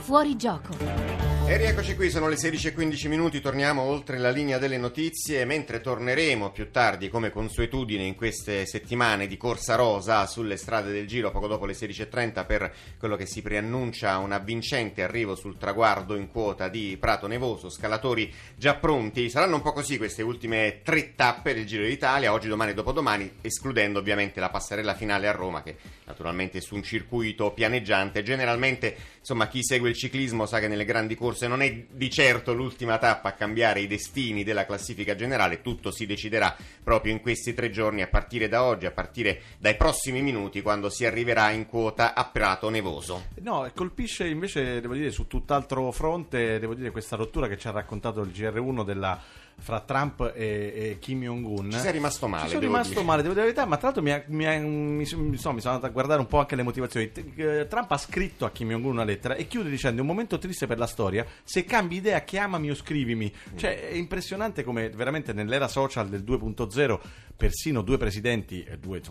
Fuori gioco. E rieccoci qui, sono le 16:15, torniamo oltre la linea delle notizie, mentre torneremo più tardi, come consuetudine in queste settimane di corsa rosa sulle strade del Giro, poco dopo le 16:30, per quello che si preannuncia un avvincente arrivo sul traguardo in quota di Prato Nevoso, scalatori già pronti. Saranno un po' così queste ultime 3 tappe del Giro d'Italia, oggi, domani e dopodomani, escludendo ovviamente la passerella finale a Roma, che naturalmente è su un circuito pianeggiante. Generalmente, insomma, chi segue il ciclismo sa che nelle grandi corse non è di certo l'ultima tappa a cambiare i destini della classifica generale, tutto si deciderà proprio in questi 3 giorni, a partire da oggi, a partire dai prossimi minuti, quando si arriverà in quota a Prato Nevoso. No, colpisce invece, devo dire, su tutt'altro fronte, devo dire, questa rottura che ci ha raccontato il GR1 fra Trump e Kim Jong-un. Ci sei rimasto male? Ci sono rimasto male, devo dire la verità, ma tra l'altro mi sono andato a guardare un po' anche le motivazioni. Trump ha scritto a Kim Jong-un una lettera e chiude dicendo: è un momento triste per la storia, se cambi idea chiamami o scrivimi. Cioè è impressionante come veramente nell'era social del 2.0 persino 2 presidenti,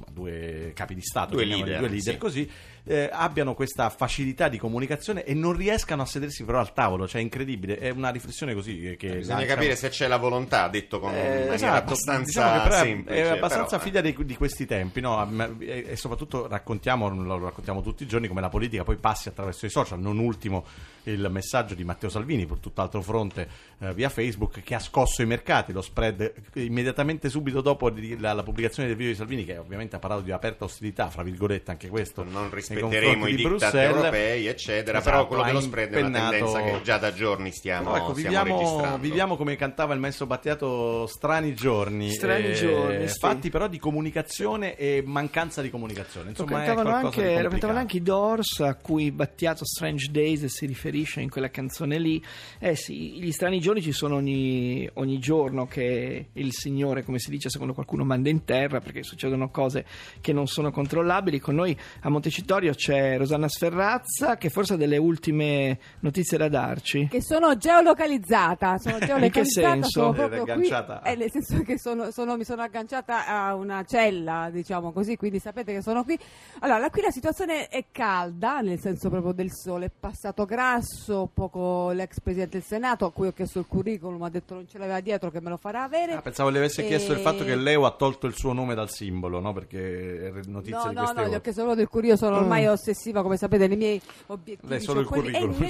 due capi di Stato, due leader sì, così, abbiano questa facilità di comunicazione e non riescano a sedersi però al tavolo. Cioè è incredibile, è una riflessione così che bisogna capire se c'è la volontà, detto con maniera abbastanza diciamo che semplice, è abbastanza però, figlia di questi tempi, no? E soprattutto lo raccontiamo tutti i giorni, come la politica poi passi attraverso i social, non ultimo il messaggio di Matteo Salvini per tutt'altro fronte via Facebook, che ha scosso i mercati. Lo spread immediatamente subito dopo la pubblicazione del video di Salvini, che ovviamente ha parlato di aperta ostilità, fra virgolette anche questo, non rispetteremo i diktat europei eccetera, esatto, però quello dello spread è una tendenza che già da giorni stiamo registrando. Viviamo, come cantava il maestro Battiato, strani giorni, sì, fatti però di comunicazione e mancanza di comunicazione. Insomma, lo cantavano anche i Doors, a cui Battiato Strange Days si riferisce in quella canzone lì. Sì, gli strani giorni ci sono ogni giorno che il Signore, come si dice secondo qualcuno, manda in terra, perché succedono cose che non sono controllabili. Con noi a Montecitorio c'è Rosanna Sferrazza, che forse ha delle ultime notizie da darci. Che sono geolocalizzata. In che senso? Sono proprio qui, nel senso che mi sono agganciata a una cella, diciamo così, quindi sapete che sono qui. Allora, qui la situazione è calda, nel senso proprio del sole. È passato Grasso, poco l'ex Presidente del Senato, a cui ho chiesto il curriculum, ha detto non ce l'aveva dietro, che me lo farà avere. Pensavo le avesse chiesto il fatto che Leo ha tolto il suo nome dal simbolo, no? Perché è notizia di queste ore. No, gli ho chiesto solo del curriculum, io sono ormai ossessiva, come sapete, nei miei obiettivi. Lei solo il curriculum. E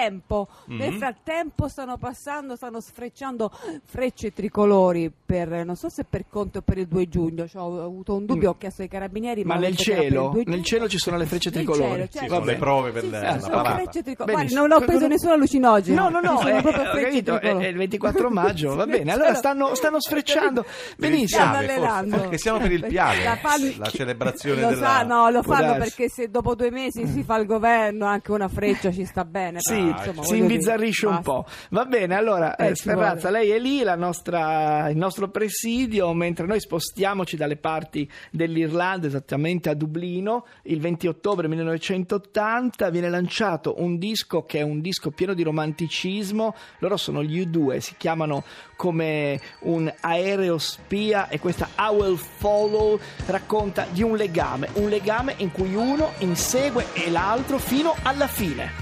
nel frattempo stanno sfrecciando frecce tricolori non so se per conto o per il 2 giugno. Ho avuto un dubbio, ho chiesto ai carabinieri. Ma nel cielo ci sono le frecce tricolori. Ci sono le prove per la parata. Guardi, non ho preso nessun allucinogeno. No, è il 24 maggio, va bene. Allora stanno sfrecciando. Benissimo. Che siamo per il Piave, la celebrazione della... Lo fanno perché se dopo 2 mesi si fa il governo, anche una freccia ci sta bene. Sì, insomma, si imbizzarrisce un po'. Va bene, allora Sferrazza, lei è lì, il nostro presidio, mentre noi spostiamoci dalle parti dell'Irlanda, esattamente a Dublino. Il 20 ottobre 1980 viene lanciato un disco che è un disco pieno di romanticismo. Loro sono gli U2, si chiamano come un aereo spia, e questa I Will Follow racconta di un legame in cui uno insegue l'altro fino alla fine.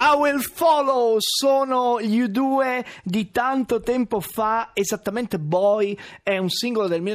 I Will Follow sono gli U2 di tanto tempo fa, esattamente Boy è un singolo del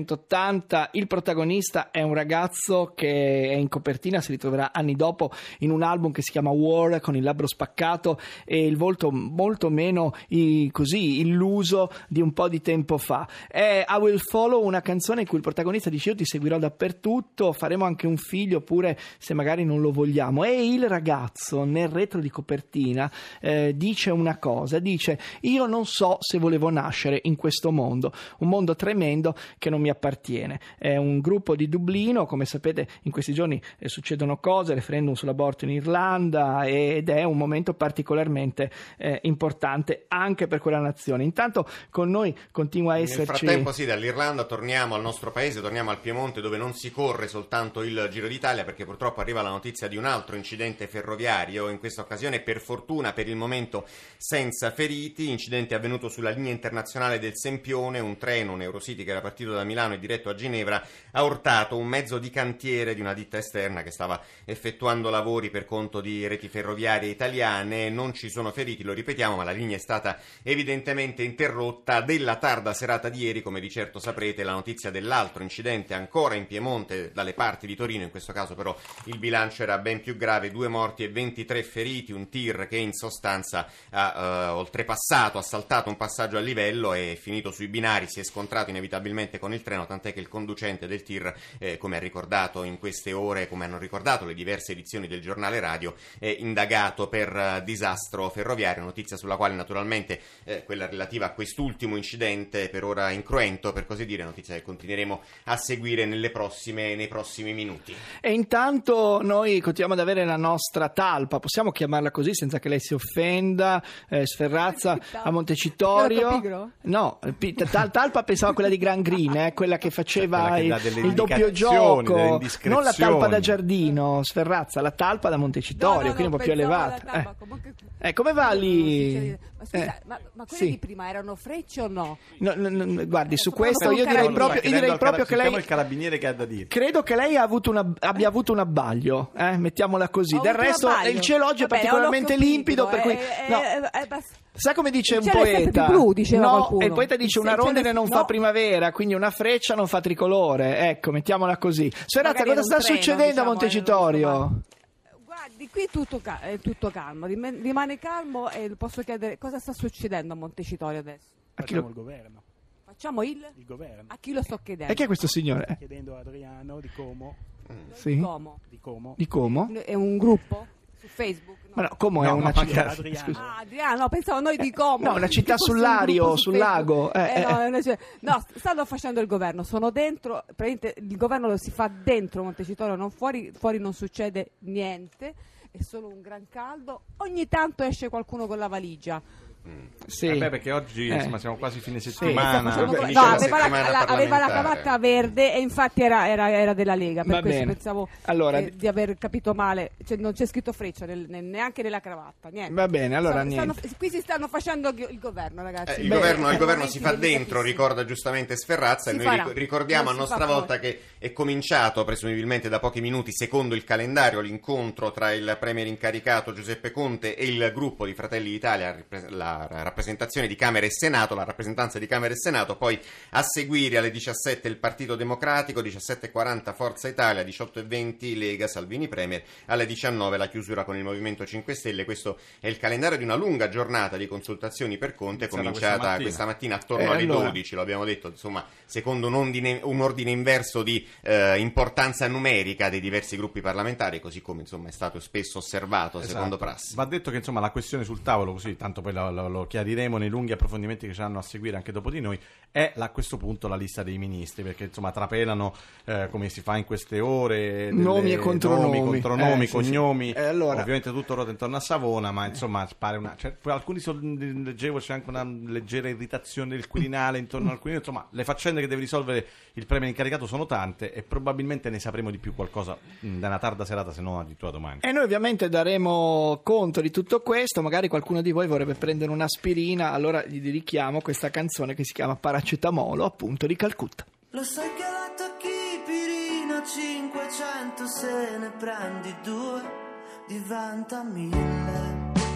1980, il protagonista è un ragazzo che è in copertina, si ritroverà anni dopo in un album che si chiama War, con il labbro spaccato e il volto molto meno così illuso di un po' di tempo fa. È I Will Follow, una canzone in cui il protagonista dice: io ti seguirò dappertutto, faremo anche un figlio pure se magari non lo vogliamo. E il ragazzo nel retro di copertina dice una cosa, dice: io non so se volevo nascere in questo mondo, un mondo tremendo che non mi appartiene. È un gruppo di Dublino, come sapete in questi giorni succedono cose, referendum sull'aborto in Irlanda, ed è un momento particolarmente importante anche per quella nazione. Intanto con noi continua a esserci... Nel frattempo sì, dall'Irlanda torniamo al nostro paese, torniamo al Piemonte, dove non si corre soltanto il Giro d'Italia, perché purtroppo arriva la notizia di un altro incidente ferroviario, in questa occasione per fortuna per il momento senza feriti. Incidente avvenuto sulla linea internazionale del Sempione, un treno, un Eurocity che era partito da Milano e diretto a Ginevra, ha urtato un mezzo di cantiere di una ditta esterna che stava effettuando lavori per conto di Reti Ferroviarie Italiane. Non ci sono feriti, lo ripetiamo, ma la linea è stata evidentemente interrotta. Della tarda serata di ieri, come di certo saprete, la notizia dell'altro incidente ancora in Piemonte dalle parti di Torino, in questo caso però il bilancio era ben più grave, 2 morti e 23 feriti, un tir che in sostanza ha oltrepassato, ha saltato un passaggio a livello e finito sui binari, si è scontrato inevitabilmente con il treno, tant'è che il conducente del tir, come ha ricordato in queste ore, come hanno ricordato le diverse edizioni del giornale radio, è indagato per disastro ferroviario, notizia sulla quale naturalmente quella relativa a quest'ultimo incidente per ora incruento, per così dire, notizia che continueremo a seguire nei prossimi minuti. E intanto noi continuiamo ad avere la nostra talpa, possiamo chiamarla così senza che lei si offenda, Sferrazza, a Montecitorio. No, talpa pensavo a quella di Gran Green, quella che faceva il doppio gioco, non la talpa da giardino, Sferrazza, la talpa da Montecitorio, quindi un po' più elevata. Come va lì? Ma scusa, ma quelli di prima erano frecce o no? Guardi, su questo io direi proprio che lei... il carabiniere che ha da dire. Credo che lei abbia avuto un abbaglio, mettiamola così. Del resto il cielo oggi è particolarmente limpido, per cui... Sa come dice un poeta? Blu, diceva qualcuno. Il poeta dice: una rondine non fa primavera, quindi una freccia non fa tricolore. Ecco, mettiamola così. Sferrazza, cosa sta succedendo a Montecitorio? Guardi, qui è tutto calmo, rimane calmo e posso chiedere cosa sta succedendo a Montecitorio adesso? Facciamo il governo. Facciamo il governo. A chi lo sto chiedendo? E chi è questo signore? Sto chiedendo a Adriano di Como. Sì? Di Como. È un gruppo su Facebook? Ma no, Como è una città. Adriano, no, pensavo noi di Como. No, una città sul Lario, sul lago. No, stanno facendo il governo, sono dentro, praticamente il governo lo si fa dentro Montecitorio, non fuori non succede niente, è solo un gran caldo, ogni tanto esce qualcuno con la valigia. Sì. Perché oggi insomma, siamo quasi fine settimana. Aveva la cravatta verde e infatti era della Lega, per questo pensavo di aver capito male, cioè, non c'è scritto freccia neanche nella cravatta, niente. Va bene, allora qui si stanno facendo il governo, ragazzi. Il governo si fa dentro, ricorda giustamente Sferrazza, e noi ricordiamo a nostra volta che è cominciato presumibilmente da pochi minuti, secondo il calendario, l'incontro tra il premier incaricato Giuseppe Conte e il gruppo di Fratelli d'Italia, la rappresentazione di Camera e Senato, la rappresentanza di Camera e Senato, poi a seguire alle 17 il Partito Democratico, 17:40 Forza Italia, 18:20 Lega Salvini Premier, alle 19 la chiusura con il Movimento 5 Stelle. Questo è il calendario di una lunga giornata di consultazioni per Conte, cominciata questa mattina attorno alle 12, lo abbiamo detto, insomma, secondo un ordine inverso di importanza numerica dei diversi gruppi parlamentari, così come insomma è stato spesso osservato, secondo prassi. Va detto che insomma la questione sul tavolo, così tanto poi lo chiariremo nei lunghi approfondimenti che ci hanno a seguire anche dopo di noi, è a questo punto la lista dei ministri, perché insomma trapelano come si fa in queste ore nomi e contronomi, cognomi, sì. Allora, ovviamente tutto ruota intorno a Savona, ma insomma pare alcuni leggevo c'è anche una leggera irritazione del Quirinale intorno al Quirinale, insomma le faccende che deve risolvere il premier incaricato sono tante e probabilmente ne sapremo di più qualcosa da una tarda serata, se non addirittura domani. E noi ovviamente daremo conto di tutto questo, magari qualcuno di voi vorrebbe prendere un'aspirina, allora gli dedichiamo questa canzone che si chiama Paracetamolo, appunto, di Calcutta. Lo sai che la tachipirina 500 se ne prendi 2 diventa 1000.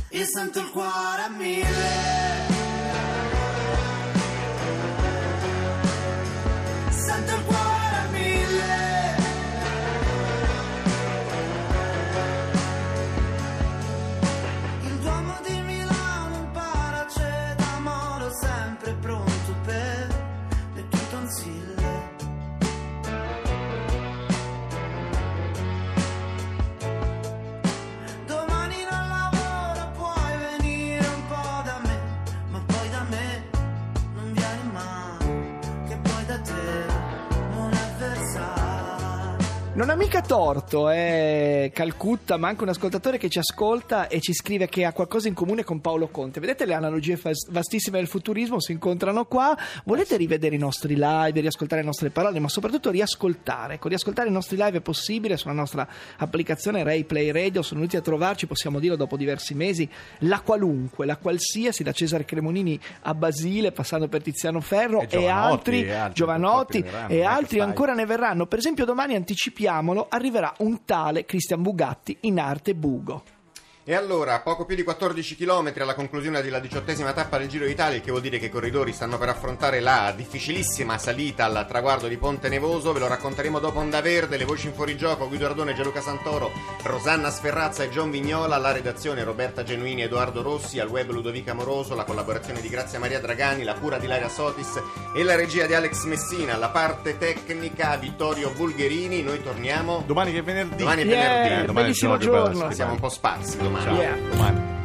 io sento il cuore a 1000. Sento il cuore a 1000. Il Duomo di Milano, un paracetamolo sempre pronto per le tue tonsille. Domani non lavoro, puoi venire un po' da me, ma poi da me non vieni mai, che poi da te non è Versailles. Non ha mica torto, è Calcutta, ma anche un ascoltatore che ci ascolta e ci scrive che ha qualcosa in comune con Paolo Conte. Vedete, le analogie vastissime del futurismo si incontrano qua. Volete rivedere i nostri live, riascoltare le nostre parole, ma soprattutto riascoltare. Ecco, riascoltare i nostri live è possibile sulla nostra applicazione Rai Play Radio. Sono venuti a trovarci, possiamo dirlo dopo diversi mesi, la qualunque, la qualsiasi, da Cesare Cremonini a Basile, passando per Tiziano Ferro e altri, Giovanotti e altri ancora ne verranno. Per esempio domani anticipiamolo, arriverà un tale Cristian Bugatti in arte Bugo. E allora, poco più di 14 km alla conclusione della 18ª tappa del Giro d'Italia, il che vuol dire che i corridori stanno per affrontare la difficilissima salita al traguardo di Ponte Nevoso. Ve lo racconteremo dopo Onda Verde. Le voci in fuorigioco: Guido Ardone, Gianluca Santoro, Rosanna Sferrazza e John Vignola. La redazione Roberta Genuini, Edoardo Rossi. Al web Ludovica Moroso. La collaborazione di Grazia Maria Dragani. La cura di Ilaria Sotis e la regia di Alex Messina. La parte tecnica Vittorio Bulgherini. Noi torniamo domani che è venerdì. Domani è venerdì. Bellissimo giorno. Siamo un po' sparsi domani. Ciao. Domani.